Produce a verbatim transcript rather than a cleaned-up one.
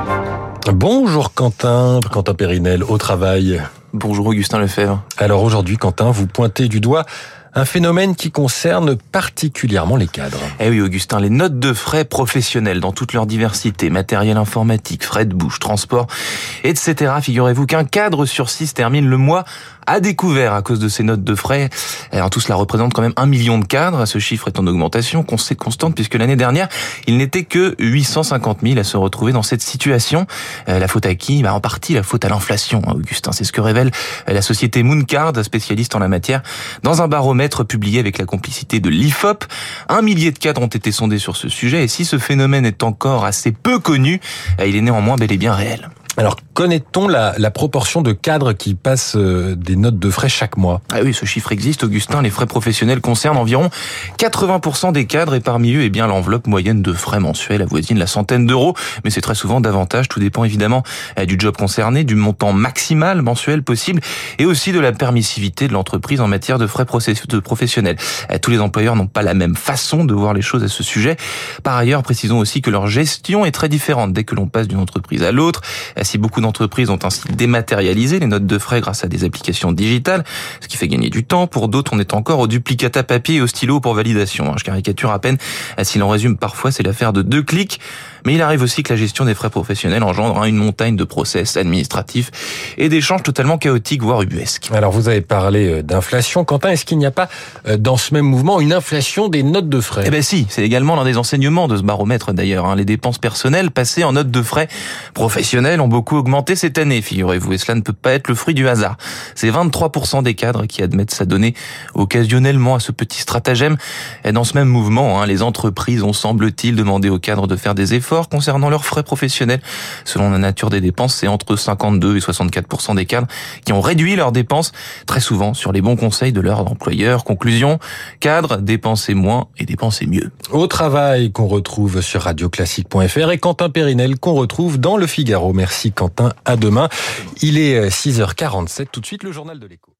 Bonjour Quentin, Quentin Périnel, au travail. Bonjour Augustin Lefebvre. Alors aujourd'hui Quentin, vous pointez du doigt un phénomène qui concerne particulièrement les cadres. Eh oui Augustin, les notes de frais professionnels dans toute leur diversité, matériel informatique, frais de bouche, transport, et cetera. Figurez-vous qu'un cadre sur six termine le mois à découvert à cause de ces notes de frais. En tout, cela représente quand même un million de cadres. Ce chiffre est en augmentation constante puisque l'année dernière, il n'était que huit cent cinquante mille à se retrouver dans cette situation. La faute à qui ? Bah, en partie la faute à l'inflation, Augustin. C'est ce que révèle la société Mooncard, spécialiste en la matière, dans un baromètre publié avec la complicité de l'I F O P. Un millier de cadres ont été sondés sur ce sujet et si ce phénomène est encore assez peu connu, il est néanmoins bel et bien réel. Alors, connaît-on la, la proportion de cadres qui passent euh, des notes de frais chaque mois ? Ah oui, ce chiffre existe, Augustin. Les frais professionnels concernent environ quatre-vingts pour cent des cadres et parmi eux, eh bien, l'enveloppe moyenne de frais mensuels avoisine la centaine d'euros. Mais c'est très souvent davantage. Tout dépend évidemment du job concerné, du montant maximal mensuel possible et aussi de la permissivité de l'entreprise en matière de frais professionnels. Tous les employeurs n'ont pas la même façon de voir les choses à ce sujet. Par ailleurs, précisons aussi que leur gestion est très différente dès que l'on passe d'une entreprise à l'autre. Si beaucoup d'entreprises ont ainsi dématérialisé les notes de frais grâce à des applications digitales, ce qui fait gagner du temps, pour d'autres on est encore au duplicata papier et au stylo pour validation. Je caricature à peine, si l'on résume parfois c'est l'affaire de deux clics, mais il arrive aussi que la gestion des frais professionnels engendre une montagne de process administratifs et d'échanges totalement chaotiques, voire ubuesques. Alors vous avez parlé d'inflation. Quentin, est-ce qu'il n'y a pas dans ce même mouvement une inflation des notes de frais ? Eh ben si, c'est également l'un des enseignements de ce baromètre d'ailleurs. Les dépenses personnelles passées en notes de frais professionnels ont beaucoup augmenté cette année, figurez-vous, et cela ne peut pas être le fruit du hasard. C'est vingt-trois pour cent des cadres qui admettent s'adonner occasionnellement à ce petit stratagème. Et dans ce même mouvement, les entreprises ont, semble-t-il, demandé aux cadres de faire des efforts concernant leurs frais professionnels. Selon la nature des dépenses, c'est entre cinquante-deux et soixante-quatre pour cent des cadres qui ont réduit leurs dépenses, très souvent sur les bons conseils de leur employeur. Conclusion, cadres, dépensez moins et dépensez mieux. Au travail qu'on retrouve sur radio classique point f r et Quentin Périnel qu'on retrouve dans Le Figaro. Merci Quentin, à demain. Il est six heures quarante-sept, tout de suite le journal de l'écho.